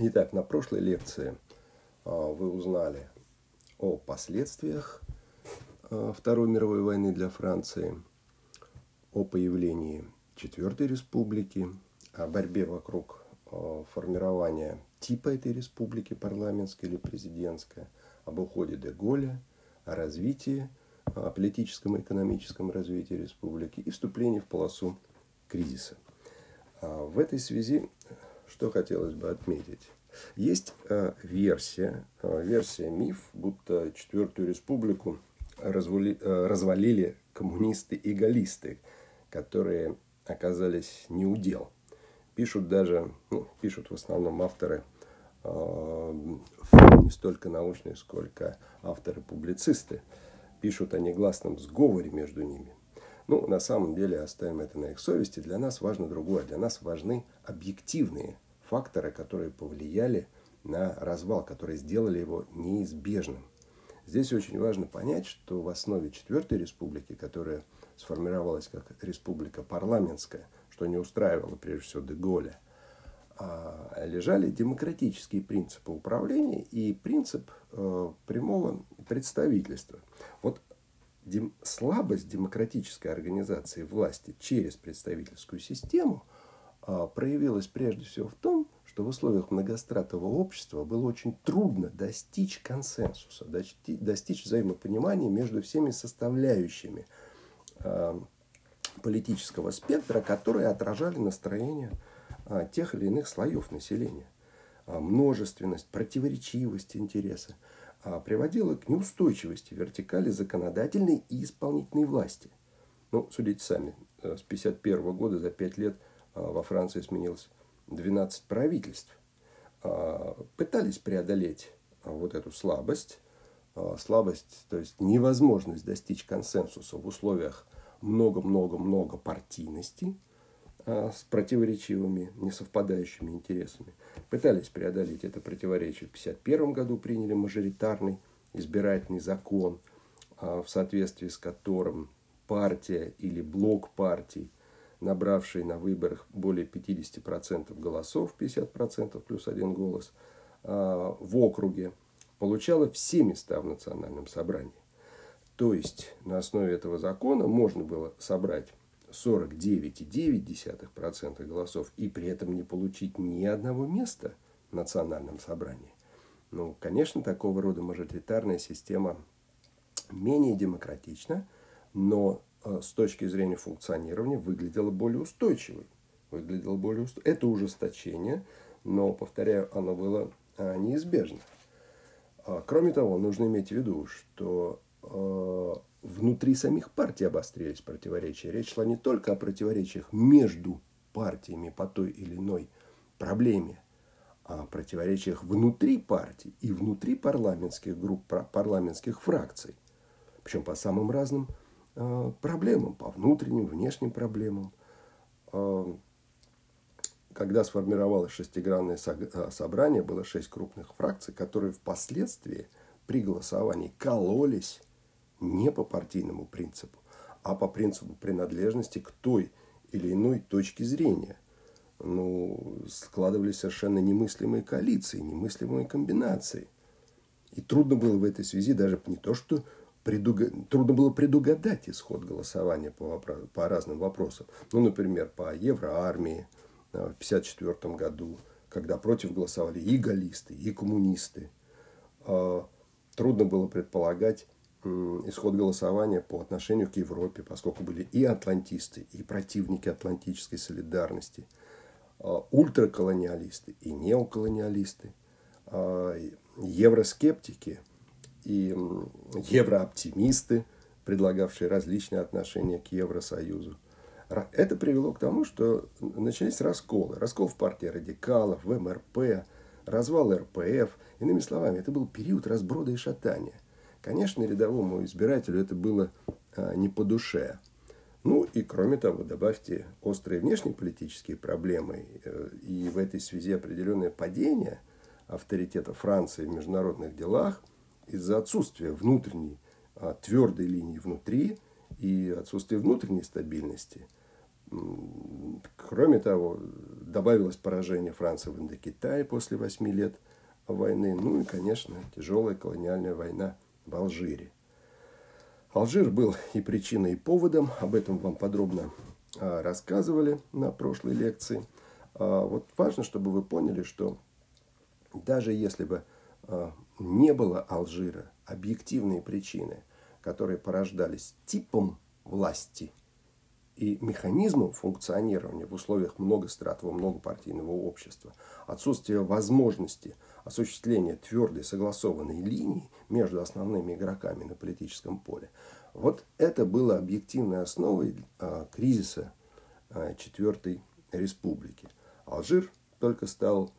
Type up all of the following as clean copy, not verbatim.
Итак, на прошлой лекции вы узнали о последствиях Второй мировой войны для Франции, о появлении Четвертой республики, о борьбе вокруг формирования типа этой республики, парламентской или президентской, об уходе де Голля, о развитии, о политическом и экономическом развитии республики и вступлении в полосу кризиса. В этой связи что хотелось бы отметить? Есть версия миф, будто Четвертую республику развалили коммунисты и галлисты, которые оказались не у дел. Пишут в основном авторы не столько научные, сколько авторы-публицисты. Пишут о негласном сговоре между ними. На самом деле оставим это на их совести. Для нас важно другое. Для нас важны объективные факторы, которые повлияли на развал, которые сделали его неизбежным. Здесь очень важно понять, что в основе Четвертой республики, которая сформировалась как республика парламентская, что не устраивало прежде всего де Голля, лежали демократические принципы управления и принцип прямого представительства. Слабость демократической организации власти через представительскую систему проявилась прежде всего в том, что в условиях многострадового общества было очень трудно достичь консенсуса, достичь взаимопонимания между всеми составляющими политического спектра, которые отражали настроение тех или иных слоев населения. Множественность, противоречивость интереса приводила к неустойчивости вертикали законодательной и исполнительной власти. Судите сами, с 1951 года за 5 лет во Франции сменилось 12 правительств. Пытались преодолеть эту слабость, то есть невозможность достичь консенсуса в условиях много-много-много партийности с противоречивыми, несовпадающими интересами. Пытались преодолеть это противоречие. В 1951 году приняли мажоритарный избирательный закон, в соответствии с которым партия или блок партий, набравший на выборах более 50% голосов, 50% плюс 1 голос, в округе, получала все места в национальном собрании. То есть на основе этого закона можно было собрать 49,9% голосов и при этом не получить ни одного места в национальном собрании. Конечно, такого рода мажоритарная система менее демократична, но с точки зрения функционирования выглядела более устойчивой. Это ужесточение, но, повторяю, оно было неизбежно. Кроме того, нужно иметь в виду, что внутри самих партий обострились противоречия. Речь шла не только о противоречиях между партиями по той или иной проблеме, а о противоречиях внутри партий и внутри парламентских групп, парламентских фракций. Причем по самым разным проблемам, по внутренним, внешним проблемам. Когда сформировалось шестигранное собрание, было 6 крупных фракций, которые впоследствии при голосовании кололись не по партийному принципу, а по принципу принадлежности к той или иной точке зрения. Складывались совершенно немыслимые коалиции, немыслимые комбинации. И трудно было в этой связи даже не то, что трудно было предугадать исход голосования по разным вопросам. Например, по евроармии в 1954 году, когда против голосовали и галлисты, и коммунисты. Трудно было предполагать исход голосования по отношению к Европе, поскольку были и атлантисты, и противники атлантической солидарности, ультраколониалисты и неоколониалисты, евроскептики и еврооптимисты, предлагавшие различные отношения к Евросоюзу. Это привело к тому, что начались расколы. Раскол в партии радикалов, в МРП, развал РПФ. Иными словами, это был период разброда и шатания. Конечно, рядовому избирателю это было не по душе. И кроме того, добавьте острые внешнеполитические проблемы и в этой связи определенное падение авторитета Франции в международных делах из-за отсутствия внутренней твердой линии внутри и отсутствия внутренней стабильности. Кроме того, Добавилось поражение Франции в Индокитае после 8 лет войны. Ну и, конечно, тяжелая колониальная война в Алжире. Алжир был и причиной, и поводом. Об этом вам подробно рассказывали на прошлой лекции. Вот важно, чтобы вы поняли, что даже если бы не было Алжира, объективные причины, которые порождались типом власти и механизмом функционирования в условиях многостратового, многопартийного общества, отсутствие возможности осуществления твердой согласованной линии между основными игроками на политическом поле, вот это было объективной основой кризиса Четвертой Республики. Алжир только стал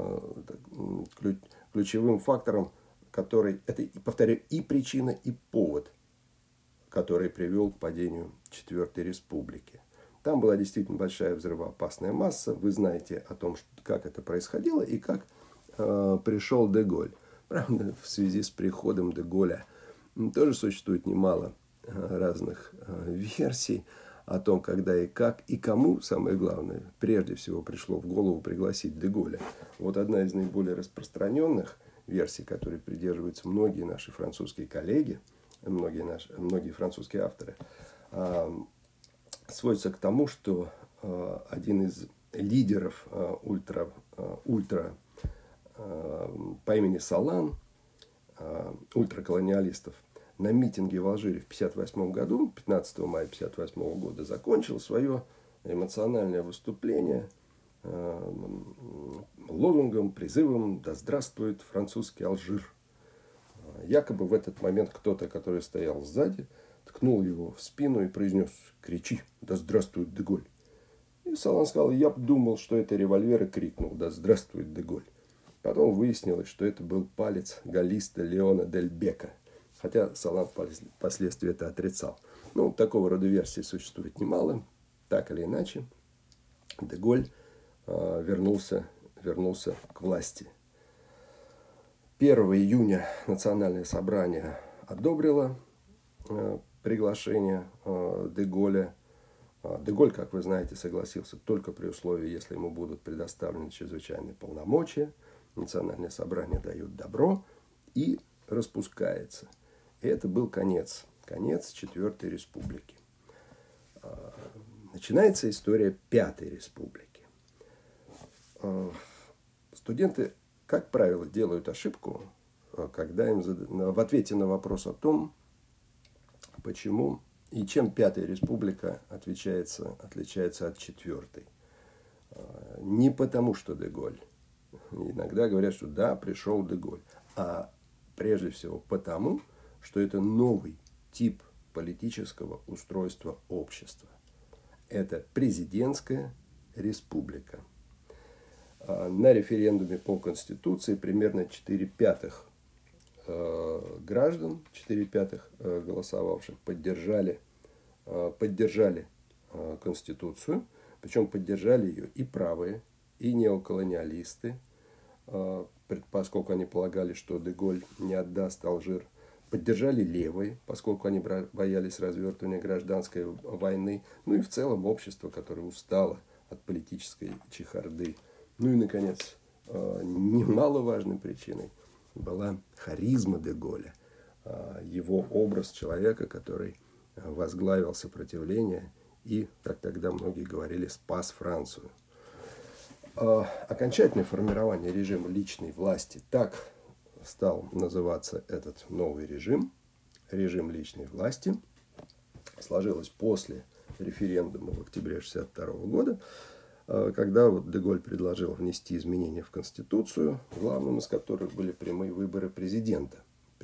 ключевым фактором, который, это, повторяю, и причина, и повод, который привел к падению Четвертой Республики. Там была действительно большая взрывоопасная масса. Вы знаете о том, как это происходило и как пришел де Голль. Правда, в связи с приходом де Голля тоже существует немало разных версий о том, когда и как, и кому, самое главное, прежде всего пришло в голову пригласить де Голля. Вот одна из наиболее распространенных версий, которой придерживаются многие наши французские коллеги, многие французские авторы, сводится к тому, что один из лидеров ультра по имени Солан, ультраколониалистов, на митинге в Алжире в 1958 году, 15 мая 1958 года, закончил свое эмоциональное выступление лозунгом, призывом «Да здравствует французский Алжир». Якобы в этот момент кто-то, который стоял сзади, ткнул его в спину и произнес: «Кричи, да здравствует де Голль». И Солан сказал: «Я думал, что это револьвер», и крикнул: «Да здравствует де Голль». Потом выяснилось, что это был палец галлиста Леона дель Бека, хотя Солан впоследствии это отрицал. Ну, такого рода версий существует немало. Так или иначе, де Голль вернулся к власти. 1 июня Национальное собрание одобрило приглашение де Голля. Де Голль, как вы знаете, согласился только при условии, если ему будут предоставлены чрезвычайные полномочия. Национальное собрание дает добро и распускается. И это был конец Четвертой Республики. Начинается история Пятой Республики. Студенты, как правило, делают ошибку, когда им в ответе на вопрос о том, почему и чем Пятая Республика отличается от Четвертой. Не потому, что де Голль. Иногда говорят, что да, пришел де Голль. А прежде всего потому, что это новый тип политического устройства общества. Это президентская республика. На референдуме по Конституции примерно 4/5 граждан, 4/5 голосовавших поддержали Конституцию. Причем поддержали ее и правые, и неоколониалисты, поскольку они полагали, что де Голль не отдаст Алжир. Поддержали левые, поскольку они боялись развертывания гражданской войны. Ну и в целом общество, которое устало от политической чехарды. Ну и, наконец, немаловажной причиной была харизма де Голля, его образ человека, который возглавил сопротивление и, как тогда многие говорили, спас Францию. Окончательное формирование режима личной власти, так стал называться этот новый режим личной власти, сложилось после референдума в октябре 1962 года, когда де Голль предложил внести изменения в Конституцию, главным из которых были прямые выборы президента.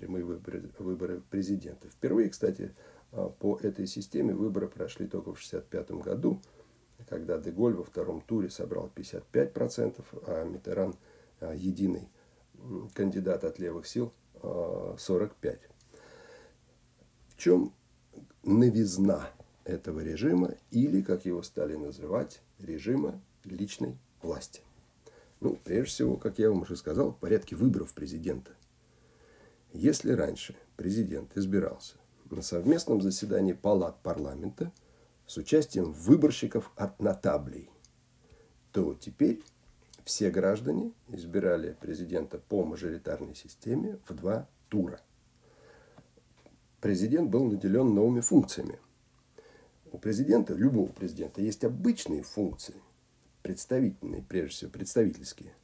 Впервые, кстати, по этой системе выборы прошли только в 1965 году, когда де Голль во втором туре собрал 55%, а Миттеран, единый кандидат от левых сил, 45%. В чем новизна этого режима, или, как его стали называть, режима личной власти? Ну, прежде всего, как я вам уже сказал, в порядке выборов президента. Если раньше президент избирался на совместном заседании палат парламента с участием выборщиков от нотаблей, то теперь все граждане избирали президента по мажоритарной системе в 2 тура. Президент был наделен новыми функциями. У президента, любого президента, есть обычные функции, представительные, прежде всего представительские.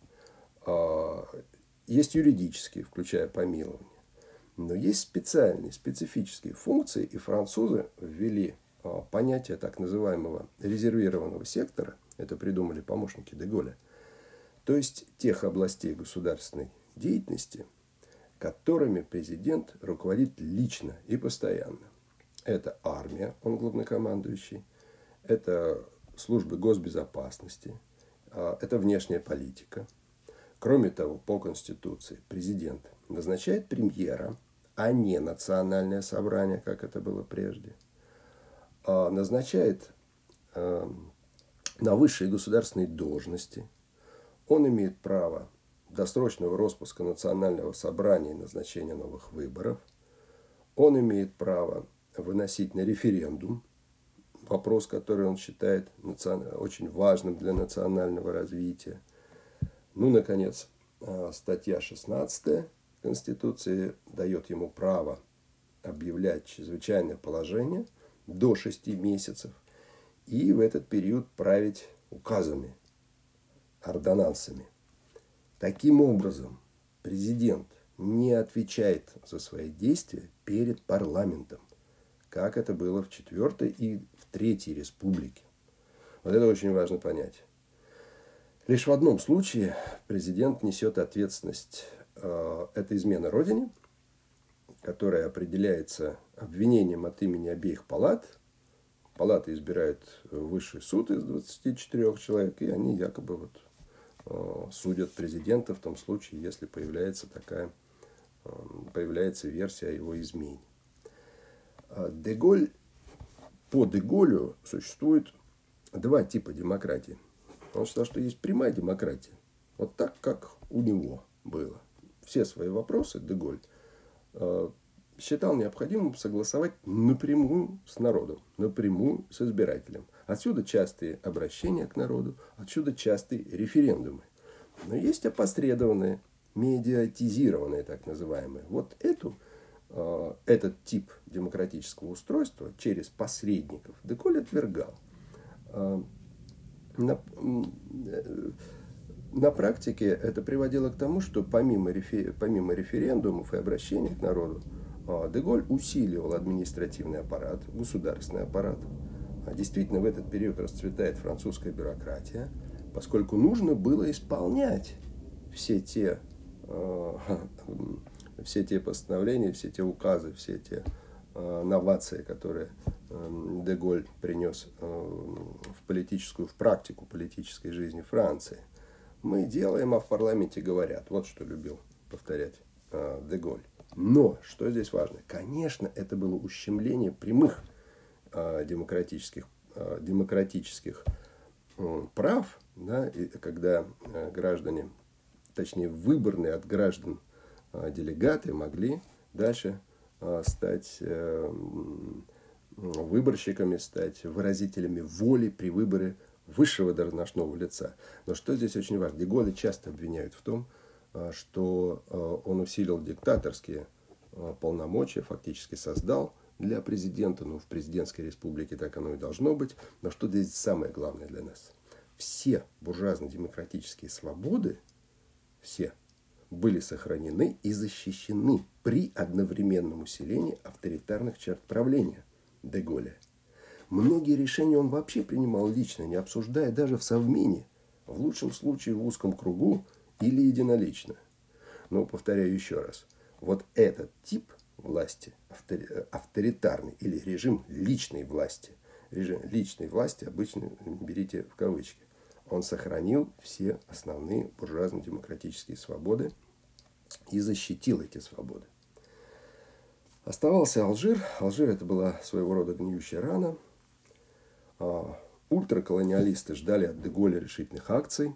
Есть юридические, включая помилование. Но есть специальные, специфические функции, и французы ввели понятие так называемого резервированного сектора, это придумали помощники де Голля, то есть тех областей государственной деятельности, которыми президент руководит лично и постоянно. Это армия, он главнокомандующий, это службы госбезопасности, это внешняя политика. Кроме того, по Конституции президент назначает премьера, а не национальное собрание, как это было прежде. Назначает на высшие государственные должности. Он имеет право досрочного распуска национального собрания и назначения новых выборов. Он имеет право выносить на референдум вопрос, который он считает очень важным для национального развития. Ну, наконец, статья 16 Конституции дает ему право объявлять чрезвычайное положение до 6 месяцев и в этот период править указами, ордонансами. Таким образом, президент не отвечает за свои действия перед парламентом, как это было в 4-й и в 3-й республике. Вот это очень важно понять. Лишь в одном случае президент несет ответственность. Это измена Родине, которая определяется обвинением от имени обеих палат. Палаты избирают высший суд из 24 человек, и они якобы судят президента в том случае, если появляется версия о его измене. По де Голлю существует 2 типа демократии. Он считал, что есть прямая демократия, вот так, как у него было. Все свои вопросы де Голль считал необходимым согласовать напрямую с народом, напрямую с избирателем. Отсюда частые обращения к народу, отсюда частые референдумы. Но есть опосредованные, медиатизированные, так называемые. Вот этот тип демократического устройства через посредников де Голль отвергал. На практике это приводило к тому, что помимо референдумов и обращений к народу, де Голль усиливал административный аппарат, государственный аппарат. Действительно, в этот период расцветает французская бюрократия, поскольку нужно было исполнять все те постановления, все те указы, все те новации, которые де Голль принес в практику политической жизни Франции. Мы делаем, а в парламенте говорят. Вот что любил повторять де Голль. Но, что здесь важно? Конечно, это было ущемление прямых демократических прав, да, и когда граждане, точнее выборные от граждан делегаты могли дальше стать выборщиками, стать выразителями воли при выборе высшего должностного лица. Но что здесь очень важно? Де Голля часто обвиняют в том, что он усилил диктаторские полномочия, фактически создал для президента, в президентской республике так оно и должно быть. Но что здесь самое главное для нас? Все буржуазно-демократические свободы, все, были сохранены и защищены при одновременном усилении авторитарных черт правления де Голля. Многие решения он вообще принимал лично, не обсуждая даже в Совмине, в лучшем случае в узком кругу или единолично. Но, повторяю еще раз, вот этот тип власти, авторитарный или режим личной власти, обычно берите в кавычки, он сохранил все основные буржуазно-демократические свободы и защитил эти свободы. Оставался Алжир. Алжир — это была своего рода гниющая рана. Ультраколониалисты ждали от де Голля решительных акций.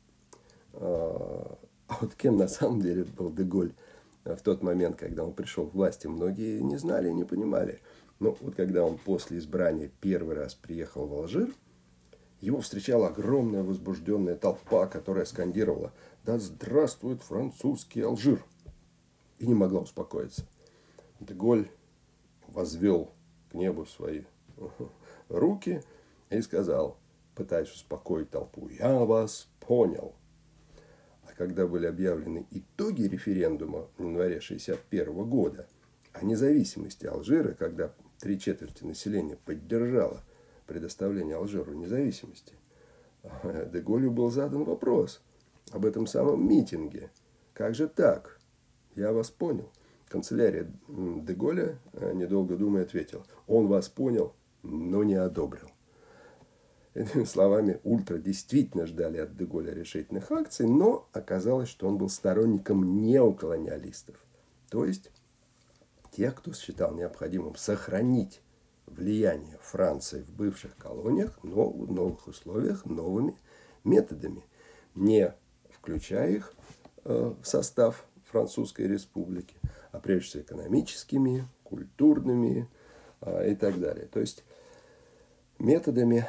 А вот кем на самом деле был де Голль в тот момент, когда он пришел к власти, многие не знали и не понимали. Но вот когда он после избрания первый раз приехал в Алжир, Его встречала огромная возбужденная толпа, которая скандировала: «Да здравствует французский Алжир!» И не могла успокоиться. Деголь возвел к небу свои руки и сказал, пытаясь успокоить толпу: «Я вас понял». А когда были объявлены итоги референдума в январе 1961 года о независимости Алжира, когда 3/4 населения поддержало предоставление Алжиру независимости, Деголю был задан вопрос об этом самом митинге. Как же так? Я вас понял. Канцелярия Деголя, недолго думая, ответила: он вас понял, но не одобрил. Этими словами, ультра действительно ждали от Деголя решительных акций, но оказалось, что он был сторонником неоколониалистов, то есть тех, кто считал необходимым сохранить влияние Франции в бывших колониях, но в новых условиях, новыми методами, не включая их в состав Французской республики, а прежде всего экономическими, культурными и так далее. То есть методами,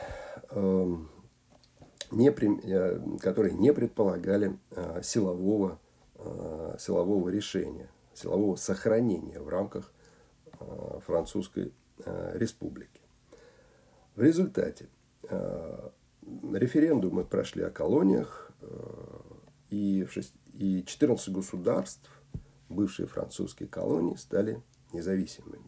которые не предполагали силового решения, силового сохранения в рамках Французской республики. В результате референдумы прошли о колониях, и 14 государств, бывшие французские колонии, стали независимыми.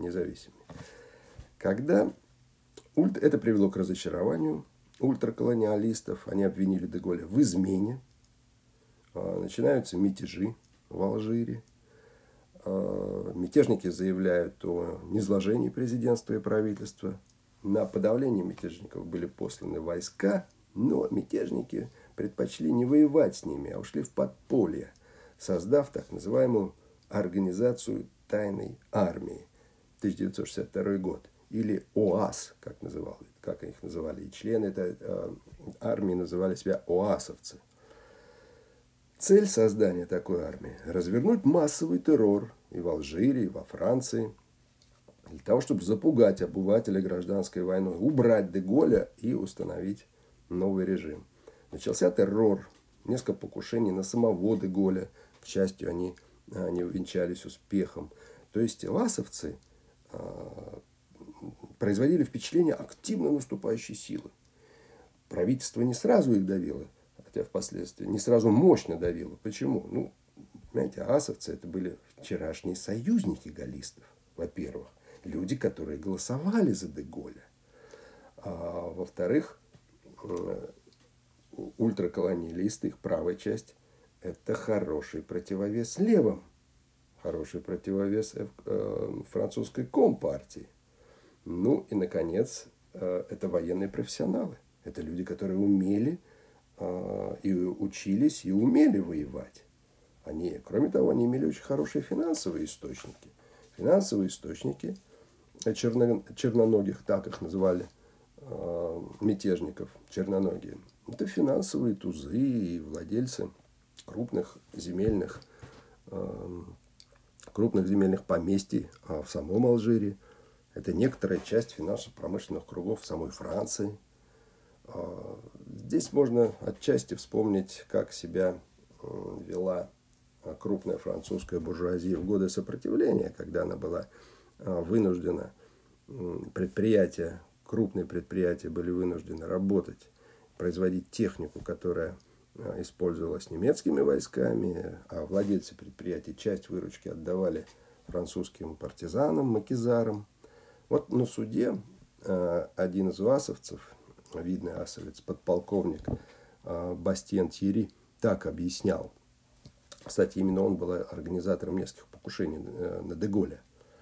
Когда это привело к разочарованию ультраколониалистов, они обвинили Деголя в измене, начинаются мятежи в Алжире, мятежники заявляют о низложении президентства и правительства. На подавление мятежников были посланы войска, но мятежники предпочли не воевать с ними, а ушли в подполье, создав так называемую Организацию тайной армии, 1962 год, или ОАС, как их называли, и члены этой армии называли себя ОАСовцы. Цель создания такой армии – развернуть массовый террор и в Алжире, и во Франции, для того, чтобы запугать обывателя гражданской войной, убрать Деголя и установить новый режим. Начался террор, несколько покушений на самого Деголя. К счастью, они увенчались успехом. То есть ОАСовцы производили впечатление активно наступающей силы. Правительство не сразу их давило, хотя впоследствии не сразу мощно давило. Почему? Понимаете, ОАСовцы это были вчерашние союзники галлистов, во-первых. Люди, которые голосовали за Деголя. А во-вторых, ультраколониалисты, их правая часть, это хороший противовес левым. Хороший противовес французской компартии. И, наконец, это военные профессионалы. Это люди, которые умели и учились, и умели воевать. Кроме того, они имели очень хорошие финансовые источники. Финансовые источники черноногих, так их называли, мятежников, черноногие. Это финансовые тузы и владельцы крупных земельных поместий в самом Алжире. Это некоторая часть финансово-промышленных кругов в самой Франции. Здесь можно отчасти вспомнить, как себя вела крупная французская буржуазия в годы сопротивления, когда она была вынуждена, крупные предприятия были вынуждены работать, производить технику, которая использовалась немецкими войсками, а владельцы предприятий часть выручки отдавали французским партизанам, макизарам. Вот на суде один из ОАСовцев, видный асовец, подполковник Бастьен Тьерри, так объяснял. Кстати, именно он был организатором нескольких покушений на Деголя.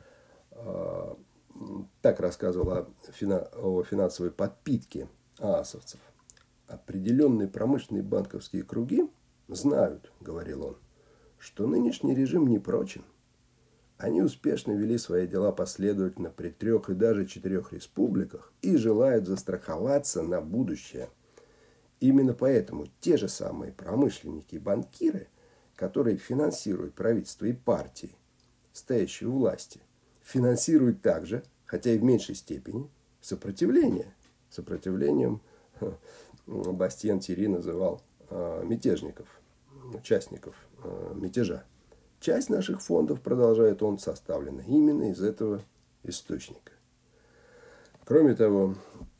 Так рассказывал о финансовой подпитке ААСовцев. Определенные промышленные банковские круги знают, говорил он, что нынешний режим не прочен. Они успешно вели свои дела последовательно при 3 и даже 4 республиках и желают застраховаться на будущее. Именно поэтому те же самые промышленники и банкиры, которые финансируют правительство и партии, стоящие у власти, финансируют также, хотя и в меньшей степени, сопротивлением Бастьен Тьерри называл мятежников, участников мятежа. Часть наших фондов, продолжает он, составлена именно из этого источника. Кроме того,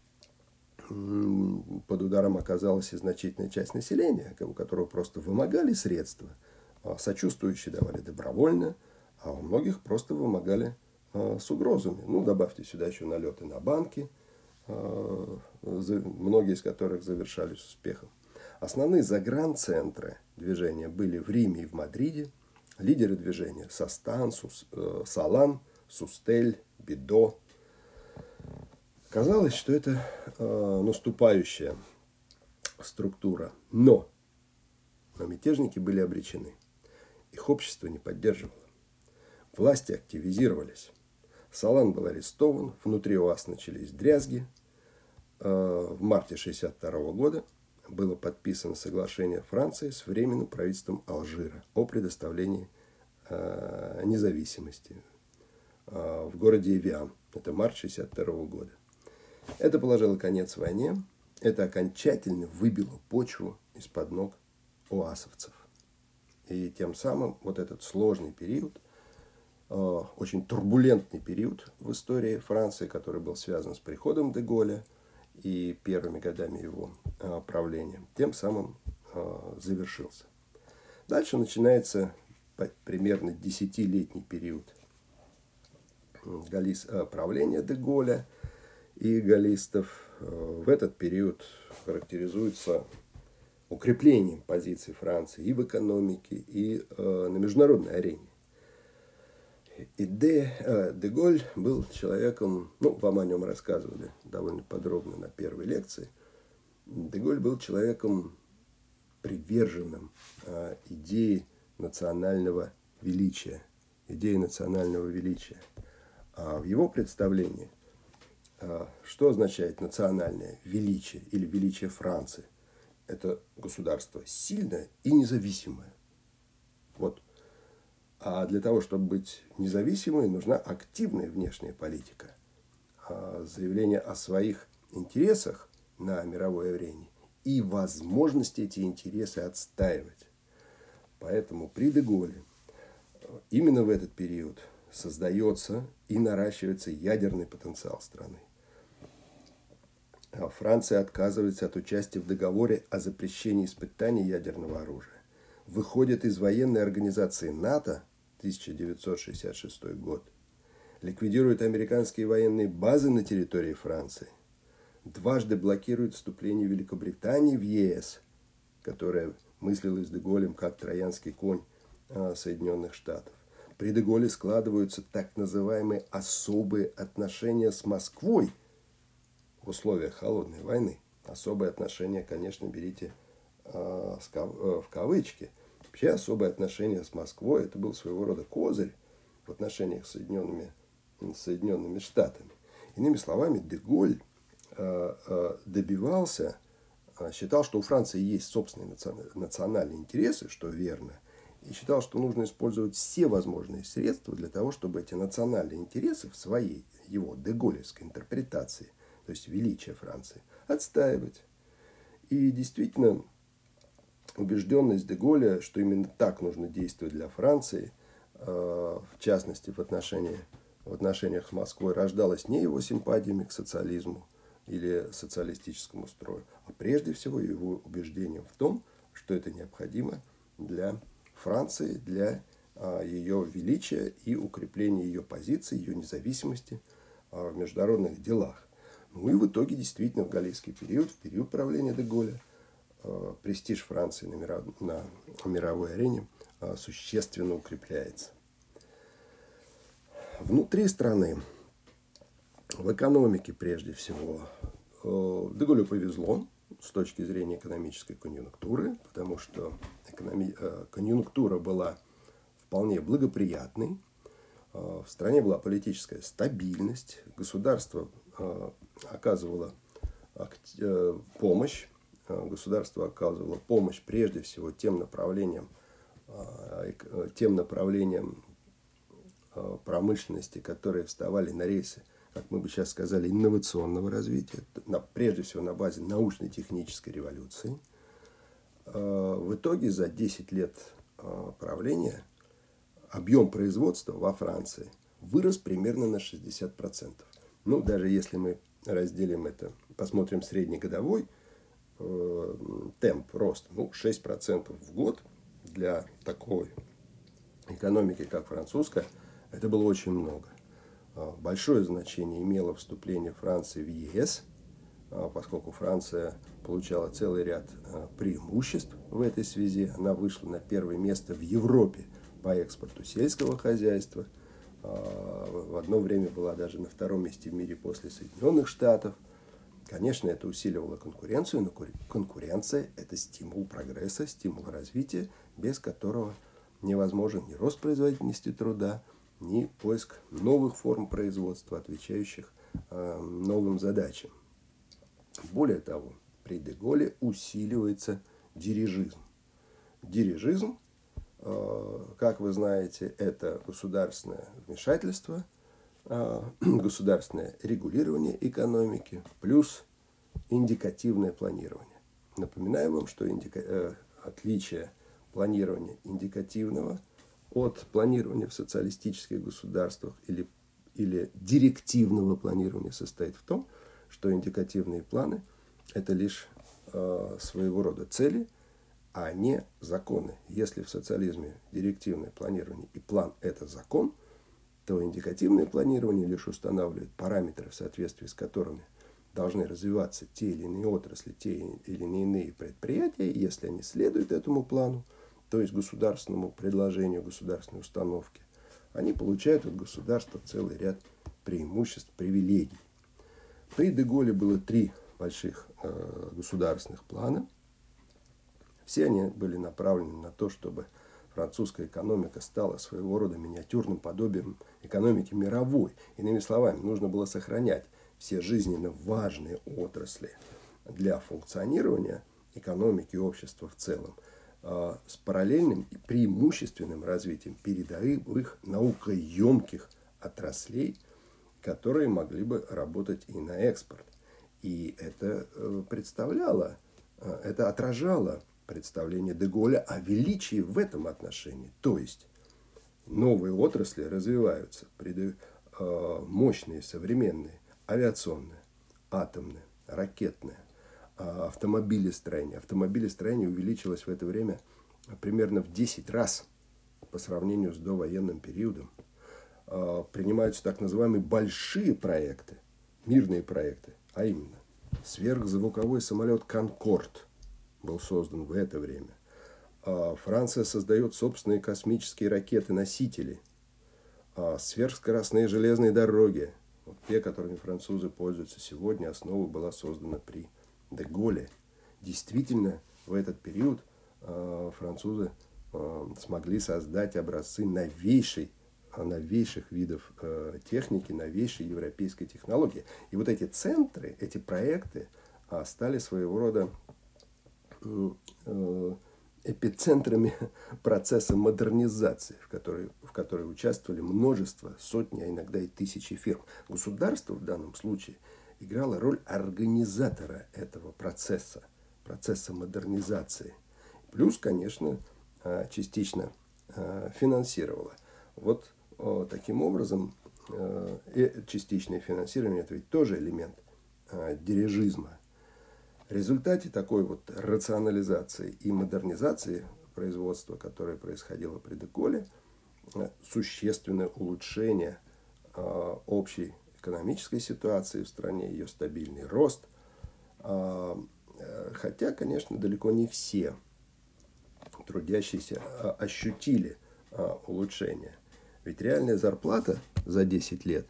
под ударом оказалась и значительная часть населения, у которого просто вымогали средства, сочувствующие давали добровольно, а у многих просто вымогали с угрозами. Ну, добавьте сюда еще налеты на банки, многие из которых завершались успехом. Основные загранцентры движения были в Риме и в Мадриде. Лидеры движения – Состан, Салан, Сустель, Бидо. Казалось, что это наступающая структура. Но мятежники были обречены. Их общество не поддерживало. Власти активизировались. Салан был арестован, внутри ОАС начались дрязги. В марте 1962 года было подписано соглашение Франции с Временным правительством Алжира о предоставлении независимости в городе Эвиан. Это март 1962 года. Это положило конец войне. Это окончательно выбило почву из-под ног оасовцев. И тем самым вот этот сложный период, очень турбулентный период в истории Франции, который был связан с приходом де Голля и первыми годами его правления, тем самым завершился. Дальше начинается примерно 10-летний период правления де Голля и галлистов. В этот период характеризуется укреплением позиций Франции и в экономике, и на международной арене. И де Голль был человеком, вам о нем рассказывали довольно подробно на первой лекции. Де Голль был человеком, приверженным идее национального величия. А в его представлении, что означает национальное величие или величие Франции? Это государство сильное и независимое. Вот. А для того, чтобы быть независимой, нужна активная внешняя политика. Заявление о своих интересах на мировой арене и возможности эти интересы отстаивать. Поэтому при де Голле именно в этот период создается и наращивается ядерный потенциал страны. Франция отказывается от участия в договоре о запрещении испытаний ядерного оружия. Выходит из военной организации НАТО, 1966 год. Ликвидирует американские военные базы на территории Франции. Дважды блокирует вступление Великобритании в ЕС, которая мыслилась де Голлем как троянский конь Соединенных Штатов. При де Голле складываются так называемые особые отношения с Москвой в условиях холодной войны. Особые отношения, конечно, берите в кавычки. Вообще особые отношения с Москвой – это был своего рода козырь в отношениях с Соединенными Штатами. Иными словами, де Голль добивался, считал, что у Франции есть собственные национальные интересы, что верно, и считал, что нужно использовать все возможные средства для того, чтобы эти национальные интересы в своей, его де Голлевской интерпретации, то есть величие Франции, отстаивать. И действительно, убежденность де Голля, что именно так нужно действовать для Франции, в частности в отношениях с Москвой, рождалась не его симпатиями к социализму или социалистическому строю, а прежде всего его убеждением в том, что это необходимо для Франции, для ее величия и укрепления ее позиций, ее независимости в международных делах. Ну и в итоге действительно в галлийский период, в период правления де Голля, престиж Франции на мировой арене существенно укрепляется. Внутри страны, в экономике прежде всего, де Голлю повезло с точки зрения экономической конъюнктуры, потому что конъюнктура была вполне благоприятной, в стране была политическая стабильность, государство оказывало помощь, прежде всего тем направлениям промышленности, которые вставали на рельсы как мы бы сейчас сказали, инновационного развития, прежде всего на базе научно-технической революции. В итоге за 10 лет правления объем производства во Франции вырос примерно на 60%. Ну, даже если мы разделим это, посмотрим среднегодовой темп роста, 6% в год для такой экономики, как французская, это было очень много. Большое значение имело вступление Франции в ЕС, поскольку Франция получала целый ряд преимуществ в этой связи. Она вышла на первое место в Европе по экспорту сельского хозяйства. В одно время была даже на втором месте в мире после Соединенных Штатов. Конечно, это усиливало конкуренцию, но конкуренция – это стимул прогресса, стимул развития, без которого невозможен ни рост производительности труда, ни поиск новых форм производства, отвечающих новым задачам. Более того, при де Голле усиливается дирижизм. Дирижизм, как вы знаете, это государственное вмешательство, государственное регулирование экономики плюс индикативное планирование. Напоминаю вам, что отличие планирования индикативного от планирования в социалистических государствах или директивного планирования состоит в том, что индикативные планы – это лишь своего рода цели, а не законы. Если в социализме директивное планирование и план – это закон, то индикативное планирование лишь устанавливает параметры, в соответствии с которыми должны развиваться те или иные отрасли, те или иные предприятия. И если они следуют этому плану, то есть государственному предложению, государственной установке, они получают от государства целый ряд преимуществ, привилегий. При де Голле было 3 больших государственных плана. Все они были направлены на то, чтобы французская экономика стала своего рода миниатюрным подобием экономики мировой. Иными словами, нужно было сохранять все жизненно важные отрасли для функционирования экономики и общества в целом с параллельным и преимущественным развитием передовых наукоемких отраслей, которые могли бы работать и на экспорт. И это отражало представление де Голля о величии в этом отношении. То есть новые отрасли развиваются, мощные, современные, авиационные, атомные, ракетные, автомобилестроение. Автомобилестроение увеличилось в это время примерно в 10 раз по сравнению с довоенным периодом. Принимаются так называемые большие проекты, мирные проекты, а именно сверхзвуковой самолет «Конкорд» был создан в это время. Франция создает собственные космические ракеты-носители, сверхскоростные железные дороги. Вот те, которыми французы пользуются сегодня, основа была создана при де Голле. Действительно, в этот период французы смогли создать образцы новейших видов техники, новейшей европейской технологии. И вот эти центры, эти проекты стали своего рода эпицентрами процесса модернизации, в которой участвовали множество, сотни, а иногда и тысячи фирм. Государство в данном случае играло роль организатора этого процесса модернизации. Плюс, конечно, частично финансировало. Вот таким образом частичное финансирование – это ведь тоже элемент дирижизма. В результате такой вот рационализации и модернизации производства, которое происходило при де Голле, существенное улучшение общей экономической ситуации в стране, ее стабильный рост. Хотя, конечно, далеко не все трудящиеся ощутили улучшение. Ведь реальная зарплата за 10 лет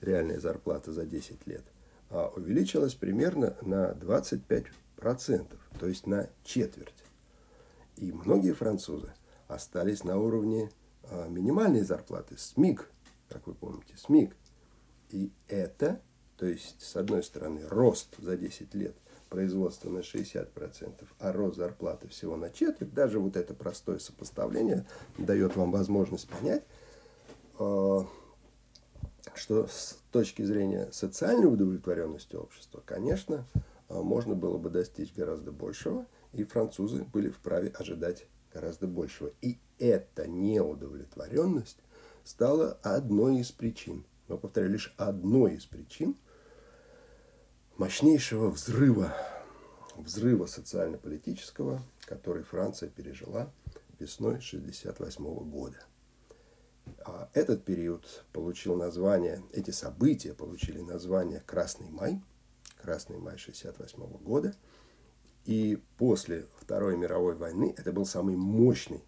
увеличилась примерно на 25%, то есть на четверть. И многие французы остались на уровне минимальной зарплаты, СМИГ, как вы помните, СМИГ. И это, то есть, с одной стороны, рост за 10 лет производства на 60%, а рост зарплаты всего на четверть, даже вот это простое сопоставление дает вам возможность понять, что с точки зрения социальной удовлетворенности общества, конечно, можно было бы достичь гораздо большего, и французы были вправе ожидать гораздо большего. И эта неудовлетворенность стала одной из причин, но, повторяю, лишь одной из причин мощнейшего взрыва социально-политического, который Франция пережила весной 1968 года. Этот период получил название, эти события получили название «Красный май», «Красный май» 1968 года. И после Второй мировой войны это был самое мощное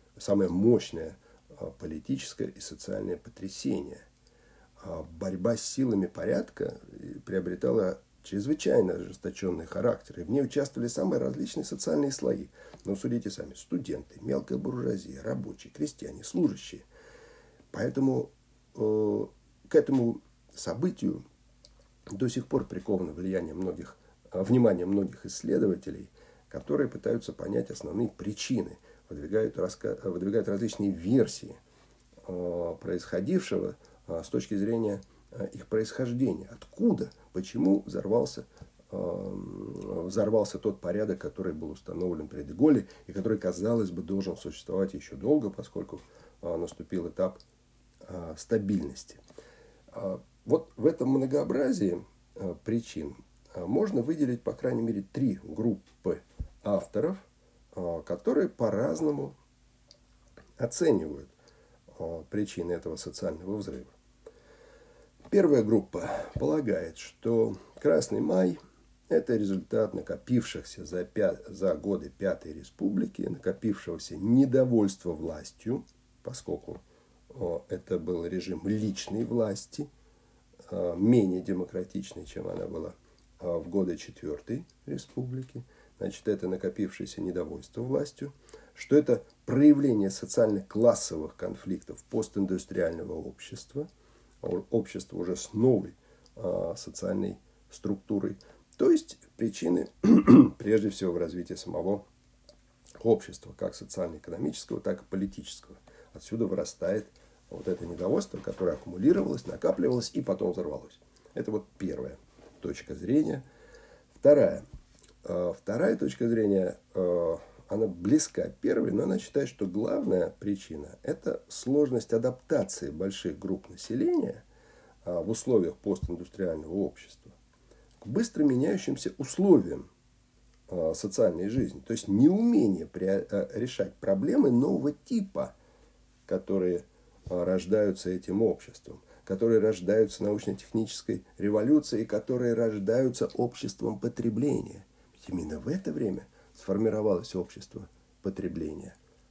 политическое и социальное потрясение. Борьба с силами порядка приобретала чрезвычайно ожесточенный характер, и в ней участвовали самые различные социальные слои. Но судите сами: студенты, мелкая буржуазия, рабочие, крестьяне, служащие. Поэтому к этому событию до сих пор приковано внимание многих исследователей, которые пытаются понять основные причины, выдвигают различные версии происходившего с точки зрения их происхождения. Откуда, почему взорвался тот порядок, который был установлен при де-Голле и который, казалось бы, должен существовать еще долго, поскольку наступил этап стабильности. Вот в этом многообразии причин можно выделить, по крайней мере, 3 группы авторов, которые по-разному оценивают причины этого социального взрыва. Первая группа полагает, что Красный май – это результат накопившихся за годы Пятой Республики, накопившегося недовольства властью, поскольку это был режим личной власти, менее демократичный, чем она была в годы Четвертой Республики. Значит, это накопившееся недовольство властью, что это проявление социально-классовых конфликтов постиндустриального общества уже с новой социальной структурой. То есть причины прежде всего в развитии самого общества, как социально-экономического, так и политического. Отсюда вырастает вот это недовольство, которое аккумулировалось, накапливалось и потом взорвалось. Это вот первая точка зрения. Вторая точка зрения, она близка к первой, но она считает, что главная причина – это сложность адаптации больших групп населения в условиях постиндустриального общества к быстро меняющимся условиям социальной жизни. То есть неумение решать проблемы нового типа, которые рождаются этим обществом, которые рождаются научно-технической революцией, которые рождаются обществом потребления. Ведь именно в это время сформировалось общество потребления.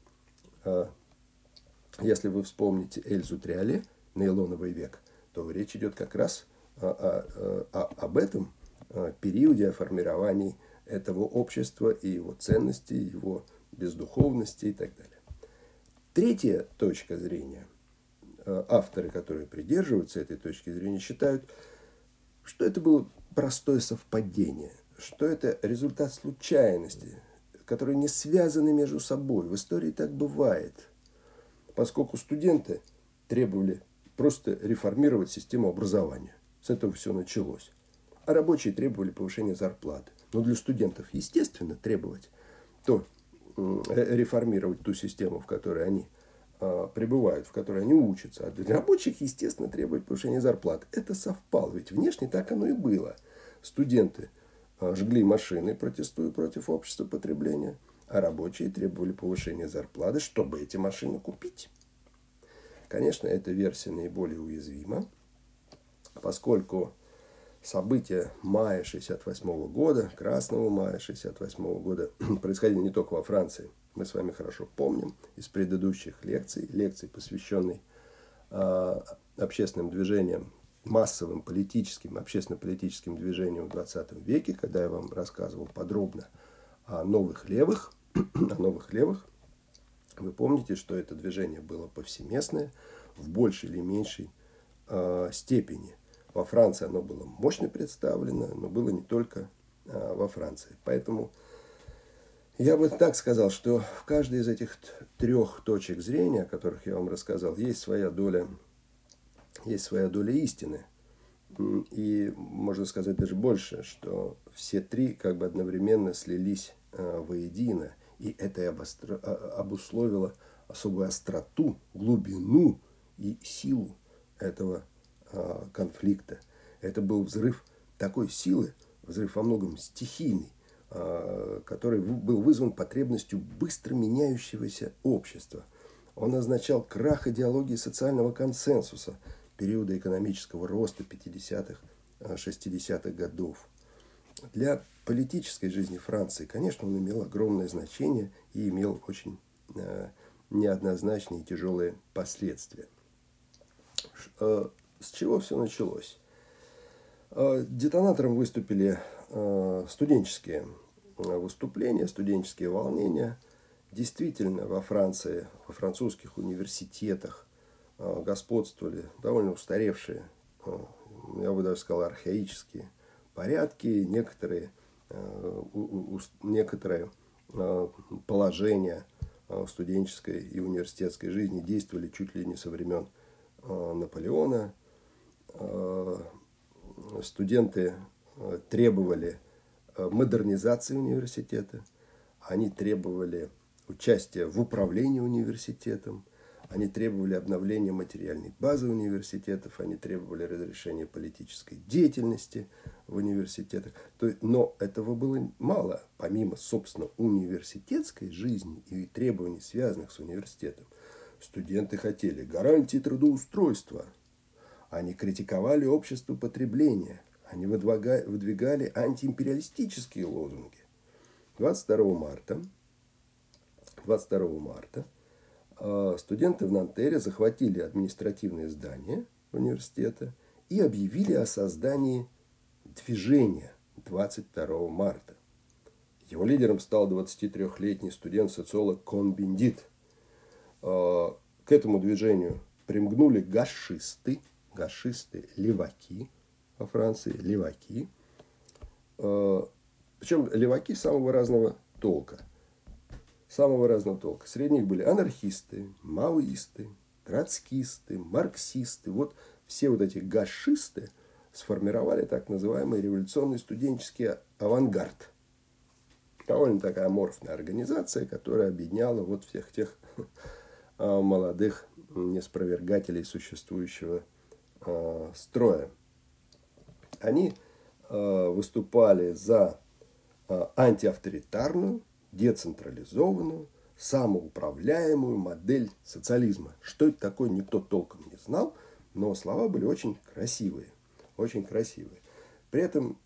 Если вы вспомните Эльзу Триоле «Нейлоновый век», то речь идет как раз об этом периоде, о формировании этого общества и его ценностей, его бездуховности и так далее. Третья точка зрения. Авторы, которые придерживаются этой точки зрения, считают, что это было простое совпадение, что это результат случайности, которые не связаны между собой. В истории так бывает, поскольку студенты требовали просто реформировать систему образования. С этого все началось. А рабочие требовали повышения зарплаты. Но для студентов, естественно, требовать реформировать ту систему, в которой они пребывают, в которой они учатся. А для рабочих, естественно, требовать повышения зарплат. Это совпало, ведь внешне так оно и было. Студенты жгли машины, протестуя против общества потребления, а рабочие требовали повышения зарплаты, чтобы эти машины купить. Конечно, эта версия наиболее уязвима, поскольку события мая 1968 года, Красного мая 1968 года, происходили не только во Франции. Мы с вами хорошо помним из предыдущих лекций, посвященных общественным движениям, массовым политическим, общественно-политическим движениям в 20 веке, когда я вам рассказывал подробно о новых левых. Вы помните, что это движение было повсеместное в большей или меньшей степени. Во Франции оно было мощно представлено, но было не только во Франции. Поэтому я бы так сказал, что в каждой из этих 3 точек зрения, о которых я вам рассказал, есть своя доля есть своя доля истины. И можно сказать даже больше, что все три как бы одновременно слились воедино. И это и обусловило особую остроту, глубину и силу этого конфликта. Это был взрыв такой силы, взрыв во многом стихийный, который был вызван потребностью быстро меняющегося общества. Он означал крах идеологии социального консенсуса периода экономического роста 50-х, 60-х годов. Для политической жизни Франции, конечно, он имел огромное значение и имел очень неоднозначные и тяжелые последствия. С чего все началось? Детонатором выступили студенческие выступления, студенческие волнения. Действительно, во Франции, во французских университетах господствовали довольно устаревшие, я бы даже сказал, архаические порядки, некоторые положения студенческой и университетской жизни действовали чуть ли не со времен Наполеона. Студенты требовали модернизации университета, они требовали участия в управлении университетом, они требовали обновления материальной базы университетов, они требовали разрешения политической деятельности в университетах. Но этого было мало. Помимо, собственно, университетской жизни и требований, связанных с университетом, студенты хотели гарантии трудоустройства. Они критиковали общество потребления. Они выдвигали антиимпериалистические лозунги. 22 марта студенты в Нантерре захватили административное здание университета и объявили о создании движения 22 марта. Его лидером стал 23-летний студент-социолог Кон-Бендит. К этому движению примгнули гашисты, леваки во Франции, леваки. Причем леваки самого разного толка. Среди них были анархисты, маоисты, троцкисты, марксисты. Вот все вот эти гашисты сформировали так называемый революционный студенческий авангард. Довольно такая аморфная организация, которая объединяла вот всех тех молодых неспровергателей существующего строя. Они выступали за антиавторитарную, децентрализованную, самоуправляемую модель социализма. Что это такое, никто толком не знал, но слова были очень красивые. При этом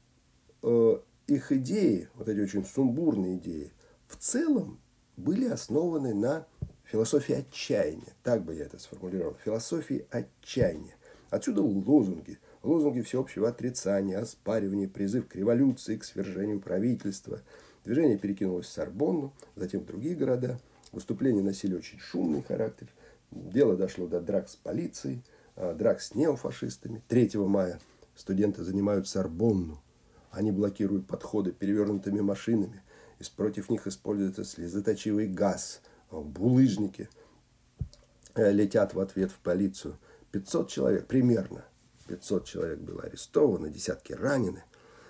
их идеи, вот эти очень сумбурные идеи, в целом были основаны на философии отчаяния. Так бы я это сформулировал. Философии отчаяния. Отсюда лозунги. Лозунги всеобщего отрицания, оспаривания, призыв к революции, к свержению правительства. Движение перекинулось в Сорбонну, затем в другие города. Выступления носили очень шумный характер. Дело дошло до драк с полицией, драк с неофашистами. 3 мая студенты занимают Сорбонну. Они блокируют подходы перевернутыми машинами. И против них используется слезоточивый газ. Булыжники летят в ответ в полицию. 500 человек, примерно 500 человек было арестовано, десятки ранены.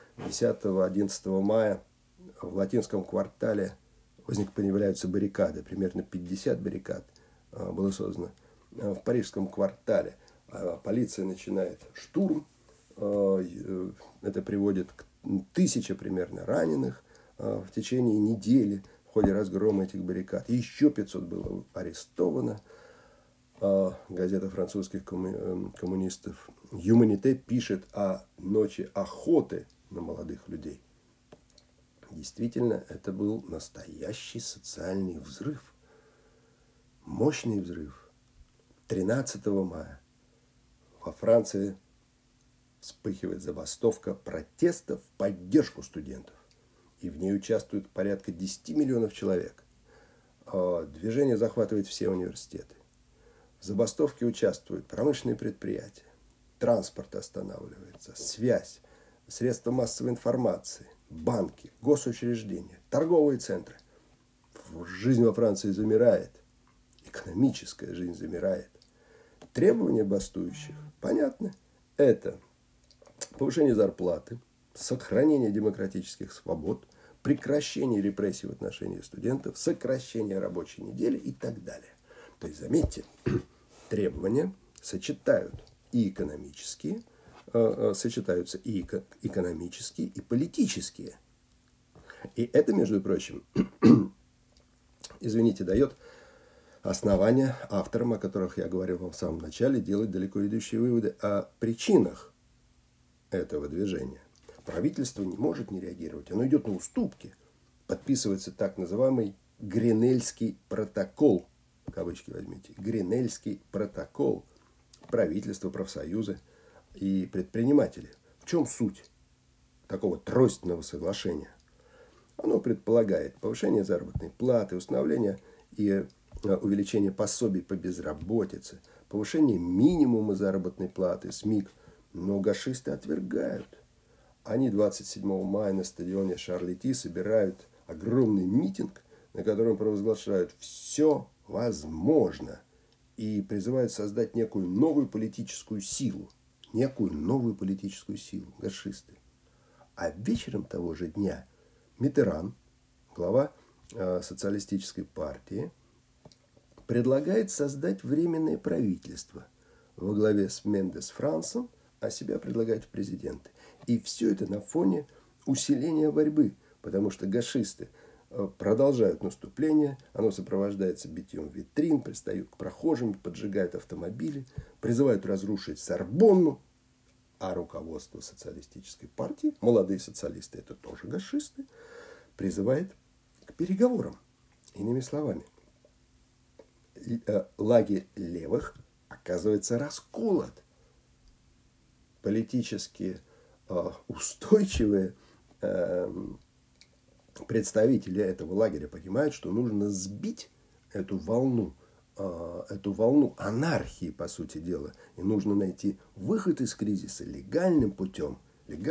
10-11 мая в Латинском квартале появляются баррикады. Примерно 50 баррикад было создано в Парижском квартале. Полиция начинает штурм. Это приводит к 1000 примерно раненых в течение недели в ходе разгрома этих баррикад. Еще 500 было арестовано. Газета французских коммунистов «Юманите» пишет о ночи охоты на молодых людей. Действительно, это был настоящий социальный взрыв. Мощный взрыв. 13 мая во Франции вспыхивает забастовка протеста в поддержку студентов. И в ней участвует порядка 10 миллионов человек. Движение захватывает все университеты. В забастовке участвуют промышленные предприятия, транспорт останавливается, связь, средства массовой информации, банки, госучреждения, торговые центры. Жизнь во Франции замирает, экономическая жизнь замирает. Требования бастующих понятны. Это повышение зарплаты, сохранение демократических свобод, прекращение репрессий в отношении студентов, сокращение рабочей недели и так далее. То есть, заметьте, требования сочетаются и экономические, и политические. И это, между прочим, извините, дает основания авторам, о которых я говорил вам в самом начале, делать далеко идущие выводы о причинах этого движения. Правительство не может не реагировать, оно идет на уступки. Подписывается так называемый Гринельский протокол, кавычки возьмите, Гринельский протокол, правительство, профсоюзы и предприниматели. В чем суть такого тройственного соглашения? Оно предполагает повышение заработной платы, установление и увеличение пособий по безработице, повышение минимума заработной платы, СМИК. Но гашисты отвергают. Они 27 мая на стадионе Шарли-Ти собирают огромный митинг, на котором провозглашают «все возможно» и призывают создать некую новую политическую силу. Некую новую политическую силу. Гашисты. А вечером того же дня Миттеран, глава социалистической партии, предлагает создать временное правительство во главе с Мендес Франсом, а себя предлагает в президенты. И все это на фоне усиления борьбы, потому что гашисты продолжают наступление, оно сопровождается битьем витрин, пристают к прохожим, поджигают автомобили, призывают разрушить Сорбонну, а руководство социалистической партии, молодые социалисты, это тоже гашисты, призывает к переговорам. Иными словами, лагерь левых оказывается расколот. Политически устойчивые представители этого лагеря понимают, что нужно сбить эту волну анархии, по сути дела. И нужно найти выход из кризиса легальным путем.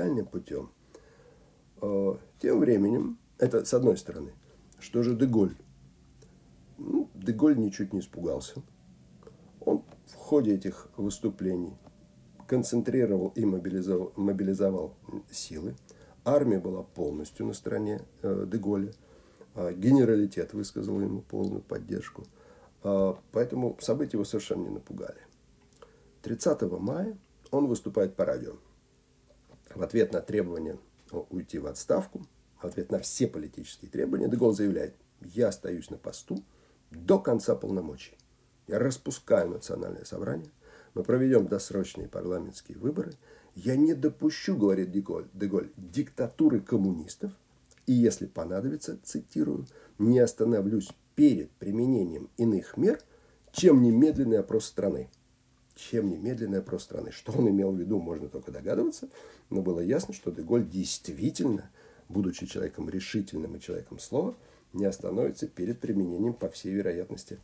Тем временем, это с одной стороны. Что же Деголь? Деголь ничуть не испугался. Он в ходе этих выступлений концентрировал и мобилизовал силы. Армия была полностью на стороне Деголя. Генералитет высказал ему полную поддержку. Поэтому события его совершенно не напугали. 30 мая он выступает по радио. В ответ на требование уйти в отставку, в ответ на все политические требования, Деголь заявляет: «Я остаюсь на посту до конца полномочий. Я распускаю национальное собрание. Мы проведем досрочные парламентские выборы. Я не допущу, говорит Деголь, диктатуры коммунистов. И если понадобится, цитирую, не остановлюсь перед применением иных мер, чем немедленный опрос страны». Что он имел в виду, можно только догадываться. Но было ясно, что Деголь действительно, будучи человеком решительным и человеком слова, не остановится перед применением, по всей вероятности,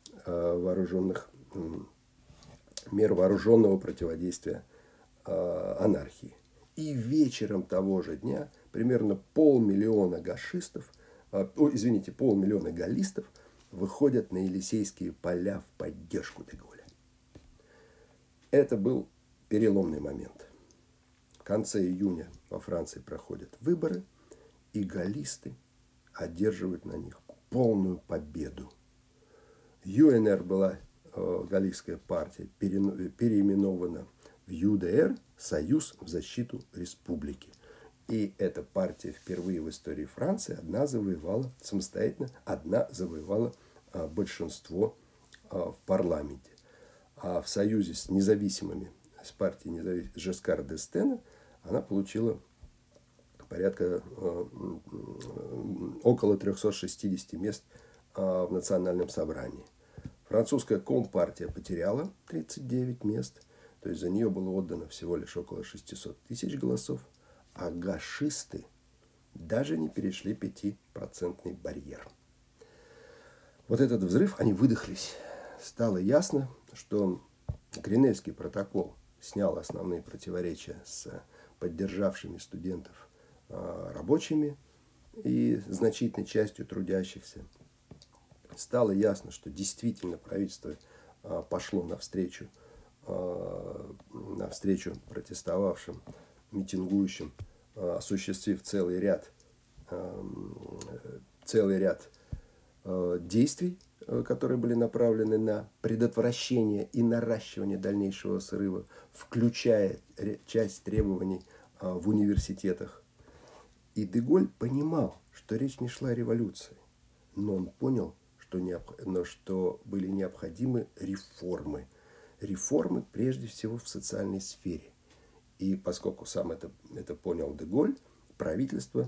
мер вооруженного противодействия анархии. И вечером того же дня примерно 500 000 галлистов выходят на Елисейские поля в поддержку Деголя. Это был переломный момент. В конце июня во Франции проходят выборы, и галлисты одерживают на них полную победу. ЮНР была, галлийская партия, переименована в ЮДР, Союз в защиту республики. И эта партия впервые в истории Франции самостоятельно завоевала большинство в парламенте. А в союзе с независимыми, с партией Жескара д'Эстена, она получила порядка около 360 мест в национальном собрании. Французская компартия потеряла 39 мест, то есть за нее было отдано всего лишь около 600 000 голосов, а гашисты даже не перешли 5% барьер. Вот этот взрыв, они выдохлись. Стало ясно, что Гринельский протокол снял основные противоречия с поддержавшими студентов рабочими и значительной частью трудящихся. Стало ясно, что действительно правительство пошло навстречу навстречу протестовавшим, митингующим, осуществив целый ряд действий, которые были направлены на предотвращение и наращивание дальнейшего срыва, включая часть требований в университетах. И Деголь понимал, что речь не шла о революции, но он понял, что были необходимы реформы. Реформы прежде всего в социальной сфере. И поскольку сам это понял Деголь, правительство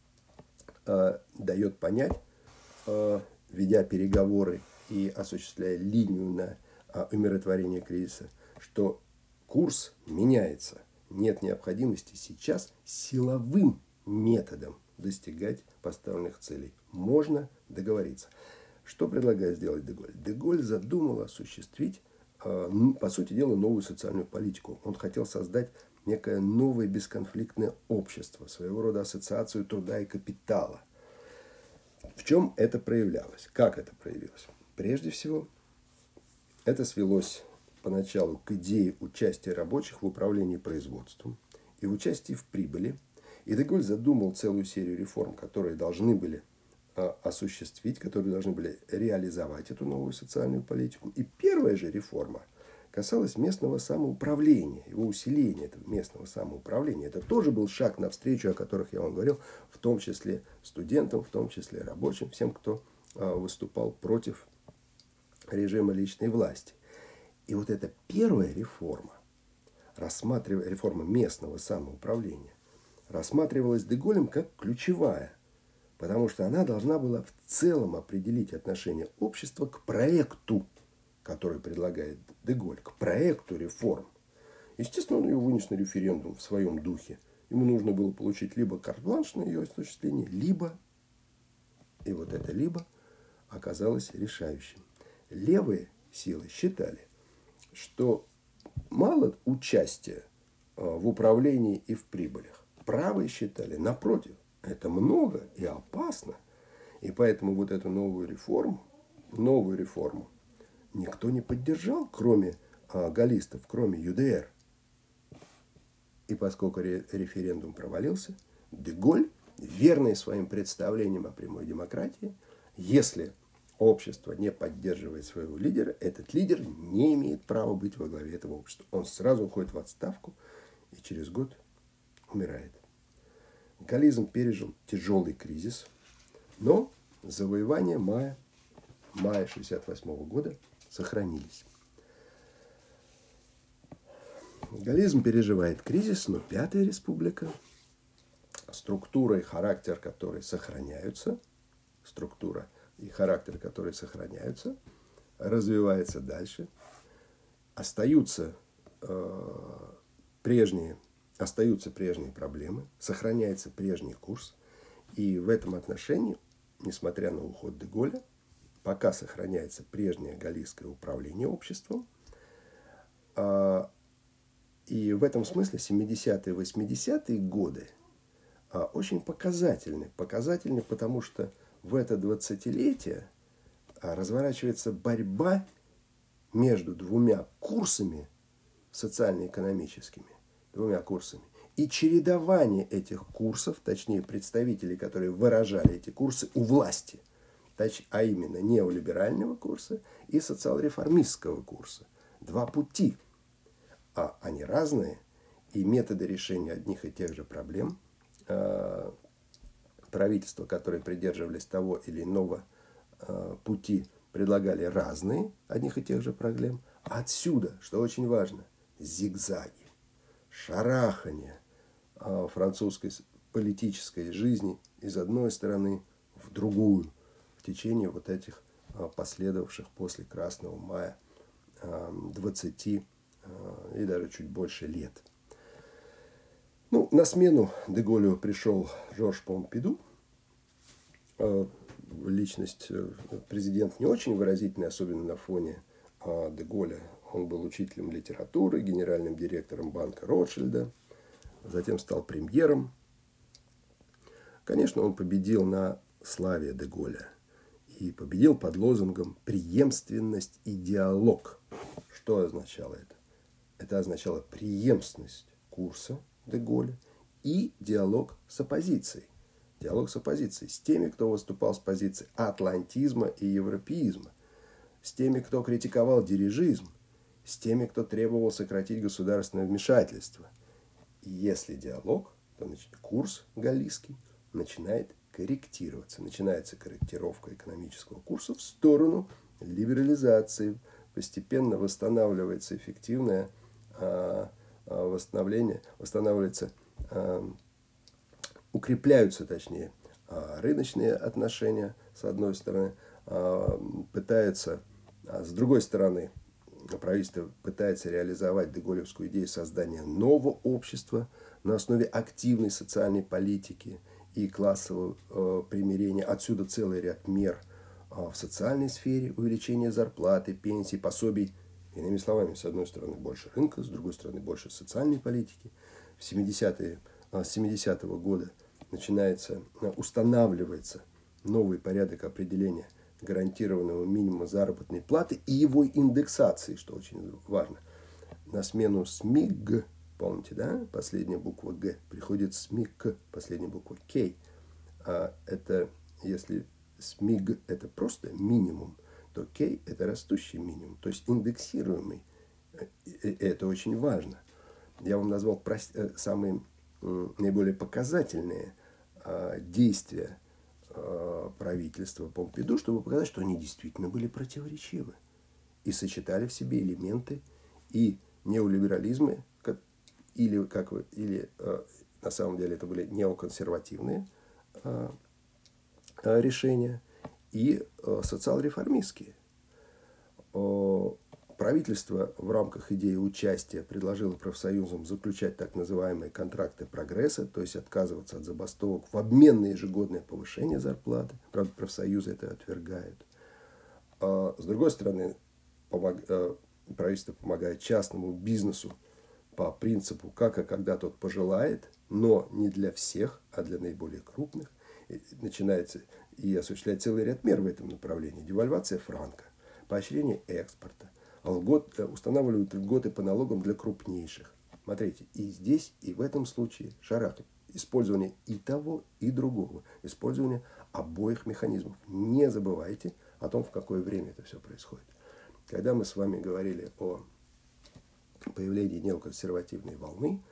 дает понять, ведя переговоры и осуществляя линию на умиротворение кризиса, что курс меняется. Нет необходимости сейчас силовым методом достигать поставленных целей. Можно договориться. Что предлагает сделать Деголь? Деголь задумал осуществить, по сути дела, новую социальную политику. Он хотел создать некое новое бесконфликтное общество, своего рода ассоциацию труда и капитала. В чем это проявлялось? Как это проявилось? Прежде всего, это свелось поначалу к идее участия рабочих в управлении производством и в участии в прибыли. И Деголь задумал целую серию реформ, которые должны были осуществить, которые должны были реализовать эту новую социальную политику. И первая же реформа касалась местного самоуправления, его усиления этого местного самоуправления. Это тоже был шаг навстречу, о которых я вам говорил, в том числе студентам, в том числе рабочим, всем, кто выступал против режима личной власти. И вот эта первая реформа, реформа местного самоуправления, рассматривалась Деголем как ключевая, потому что она должна была в целом определить отношение общества к проекту, который предлагает Деголь, к проекту реформ. Естественно, он ее вынес на референдум в своем духе. Ему нужно было получить либо карт-бланш на ее осуществление, либо, и вот это либо оказалось решающим. Левые силы считали, что мало участия в управлении и в прибылях. Правые считали, напротив, это много и опасно. И поэтому вот эту новую реформу никто не поддержал, кроме галлистов, кроме ЮДР. И поскольку референдум провалился, Деголь, верный своим представлениям о прямой демократии, если общество не поддерживает своего лидера, этот лидер не имеет права быть во главе этого общества. Он сразу уходит в отставку и через год умирает. Галлизм пережил тяжелый кризис, но завоевания мая 1968 года сохранились. Галлизм переживает кризис, но Пятая Республика, структура и характер которой сохраняются, развивается дальше, остаются прежние проблемы, сохраняется прежний курс. И в этом отношении, несмотря на уход Деголя, пока сохраняется прежнее галлистское управление обществом. И в этом смысле 70-е и 80-е годы очень показательны. Показательны, потому что в это 20-летие разворачивается борьба между двумя курсами социально-экономическими, и чередование этих курсов, точнее представителей, которые выражали эти курсы у власти, а именно неолиберального курса и социал-реформистского курса. Два пути, они разные, и методы решения одних и тех же проблем правительства, которые придерживались того или иного пути, предлагали разные одних и тех же проблем. Отсюда, что очень важно, зигзаги, шарахание французской политической жизни из одной стороны в другую в течение вот этих последовавших после Красного мая 20 и даже чуть больше лет. На смену Деголю пришел Жорж Помпиду. Личность, президент не очень выразительный, особенно на фоне Деголя. Он был учителем литературы, генеральным директором банка Ротшильда, затем стал премьером. Конечно, он победил на славе Деголя и победил под лозунгом «преемственность и диалог». Что означало это? Это означало преемственность курса де Голля и диалог с оппозицией. Диалог с оппозицией, с теми, кто выступал с позиции атлантизма и европеизма, с теми, кто критиковал дирижизм, с теми, кто требовал сократить государственное вмешательство. И если диалог, то курс галлийский начинает корректироваться. Начинается корректировка экономического курса в сторону либерализации. Постепенно восстанавливается эффективное восстанавливается, укрепляются, точнее, рыночные отношения, с одной стороны, с другой стороны, правительство пытается реализовать деголевскую идею создания нового общества на основе активной социальной политики и классового примирения. Отсюда целый ряд мер в социальной сфере, увеличение зарплаты, пенсий, пособий. Иными словами, с одной стороны, больше рынка, с другой стороны, больше социальной политики. С 70-го года устанавливается новый порядок определения гарантированного минимума заработной платы и его индексации, что очень важно. На смену СМИГ, помните, да, последняя буква Г, приходит СМИК, последняя буква К. Это, если СМИГ это просто минимум, то К это растущий минимум, то есть индексируемый. Это очень важно. Я вам назвал самые наиболее показательные действия правительства Помпиду, чтобы показать, что они действительно были противоречивы и сочетали в себе элементы и неолиберализма, или на самом деле это были неоконсервативные решения, и социал-реформистские. Правительство в рамках идеи участия предложило профсоюзам заключать так называемые контракты прогресса, то есть отказываться от забастовок в обмен на ежегодное повышение зарплаты. Правда, профсоюзы это отвергают. С другой стороны, правительство помогает частному бизнесу по принципу «как и когда тот пожелает», но не для всех, а для наиболее крупных. Начинается и осуществляет целый ряд мер в этом направлении. Девальвация франка, поощрение экспорта, устанавливают льготы по налогам для крупнейших. Смотрите, и здесь, и в этом случае шарахи. Использование и того, и другого. Использование обоих механизмов. Не забывайте о том, в какое время это все происходит. Когда мы с вами говорили о появлении неоконсервативной волны,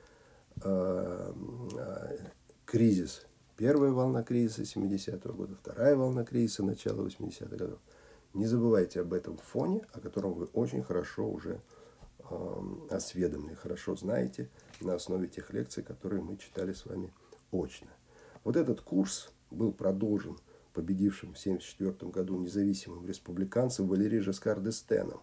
кризис, первая волна кризиса 70-го года, вторая волна кризиса начала 80-х годов. Не забывайте об этом фоне, о котором вы очень хорошо уже осведомлены, хорошо знаете на основе тех лекций, которые мы читали с вами очно. Вот этот курс был продолжен победившим в 1974 году независимым республиканцем Валери Жескар д'Эстеном.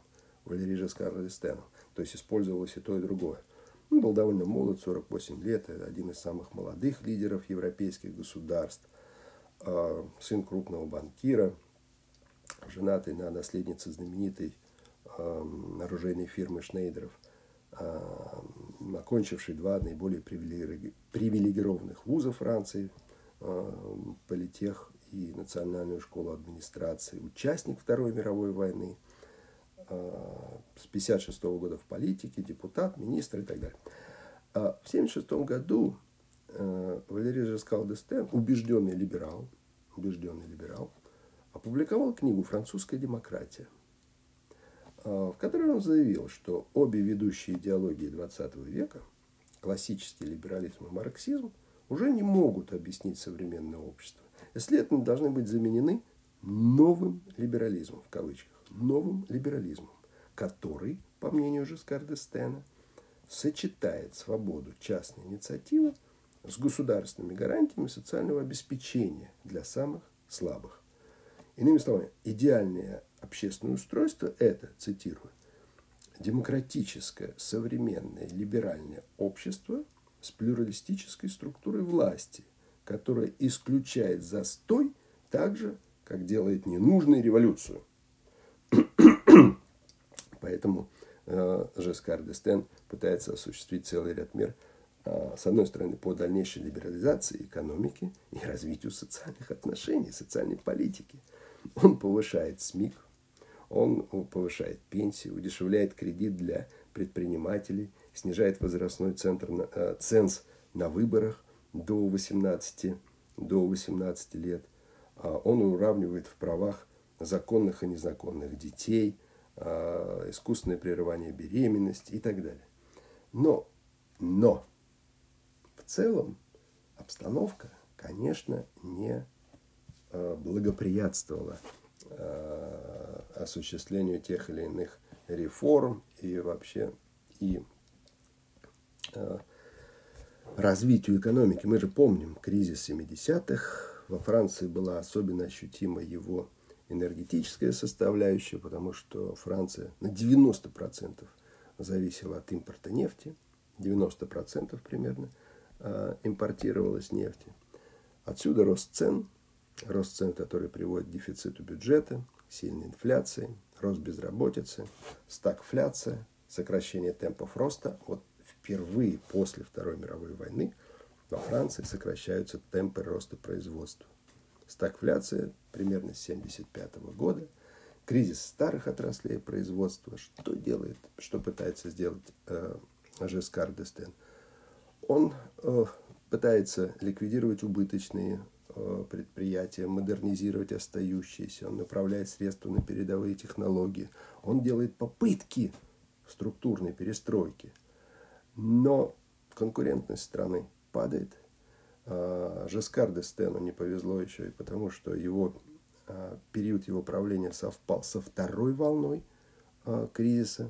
То есть использовалось и то, и другое. Он был довольно молод, 48 лет, один из самых молодых лидеров европейских государств, сын крупного банкира, женатый на наследнице знаменитой оружейной фирмы Шнейдеров, окончивший два наиболее привилегированных вуза Франции, политех и Национальную школу администрации, участник Второй мировой войны, с 1956 года в политике, депутат, министр и так далее. В 1976 году Валери Жескар д'Эстен, убежденный либерал, опубликовал книгу «Французская демократия», в которой он заявил, что обе ведущие идеологии XX века, классический либерализм и марксизм, уже не могут объяснить современное общество. И, следовательно, должны быть заменены новым либерализмом, в кавычках, новым либерализмом, который, по мнению Жескар д'Эстена, сочетает свободу частной инициативы с государственными гарантиями социального обеспечения для самых слабых. Иными словами, идеальное общественное устройство – это, цитирую, демократическое, современное, либеральное общество с плюралистической структурой власти, которое исключает застой так же, как делает ненужную революцию. Поэтому Жескар д'Эстен пытается осуществить целый ряд мер, с одной стороны, по дальнейшей либерализации экономики и развитию социальных отношений, социальной политики. Он повышает СМИК, Он повышает пенсии, удешевляет кредит для предпринимателей, снижает возрастной ценз на выборах до 18 лет. Он уравнивает в правах законных и незаконных детей, искусственное прерывание беременности и так далее. Но в целом обстановка, конечно, не благоприятствовала осуществлению тех или иных реформ и вообще развитию экономики. Мы же помним кризис 70-х. Во Франции была особенно ощутима его энергетическая составляющая, потому что Франция на 90% зависела от импорта нефти. 90% примерно импортировалось нефти. Отсюда рост цен, который приводит к дефициту бюджета, сильной инфляции, рост безработицы, стагфляция, сокращение темпов роста. Вот впервые после Второй мировой войны во Франции сокращаются темпы роста производства. Стагфляция примерно с 1975 года. Кризис старых отраслей производства. Что пытается сделать Жескар д'Эстен? Он пытается ликвидировать убыточные предприятия, модернизировать остающиеся. Он направляет средства на передовые технологии. Он делает попытки структурной перестройки. Но конкурентность страны падает. Жескар д'Эстену не повезло еще и потому, что период его правления совпал со второй волной кризиса,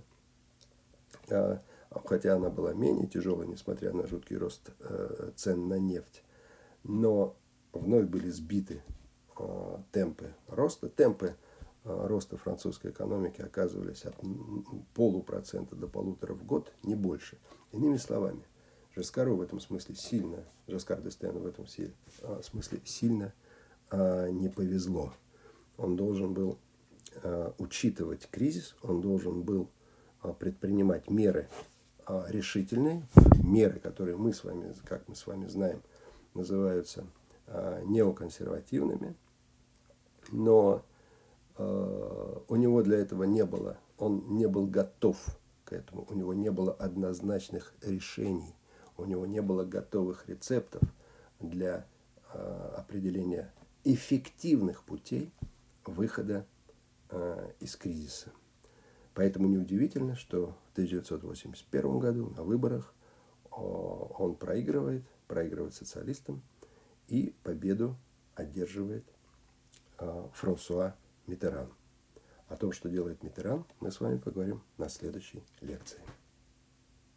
хотя она была менее тяжелой, несмотря на жуткий рост цен на нефть. Но вновь были сбиты темпы роста. Темпы роста французской экономики оказывались от 0,5% до 1,5% в год, не больше. Иными словами, Жескар д'Эстену в этом смысле сильно не повезло. Он должен был учитывать кризис, он должен был предпринимать меры решительные, меры, которые как мы с вами знаем, называются неоконсервативными, но у него для этого он не был готов к этому, у него не было однозначных решений, у него не было готовых рецептов для определения эффективных путей выхода из кризиса. Поэтому неудивительно, что в 1981 году на выборах он проигрывает социалистам, и победу одерживает Франсуа Миттеран. О том, что делает Миттеран, мы с вами поговорим на следующей лекции.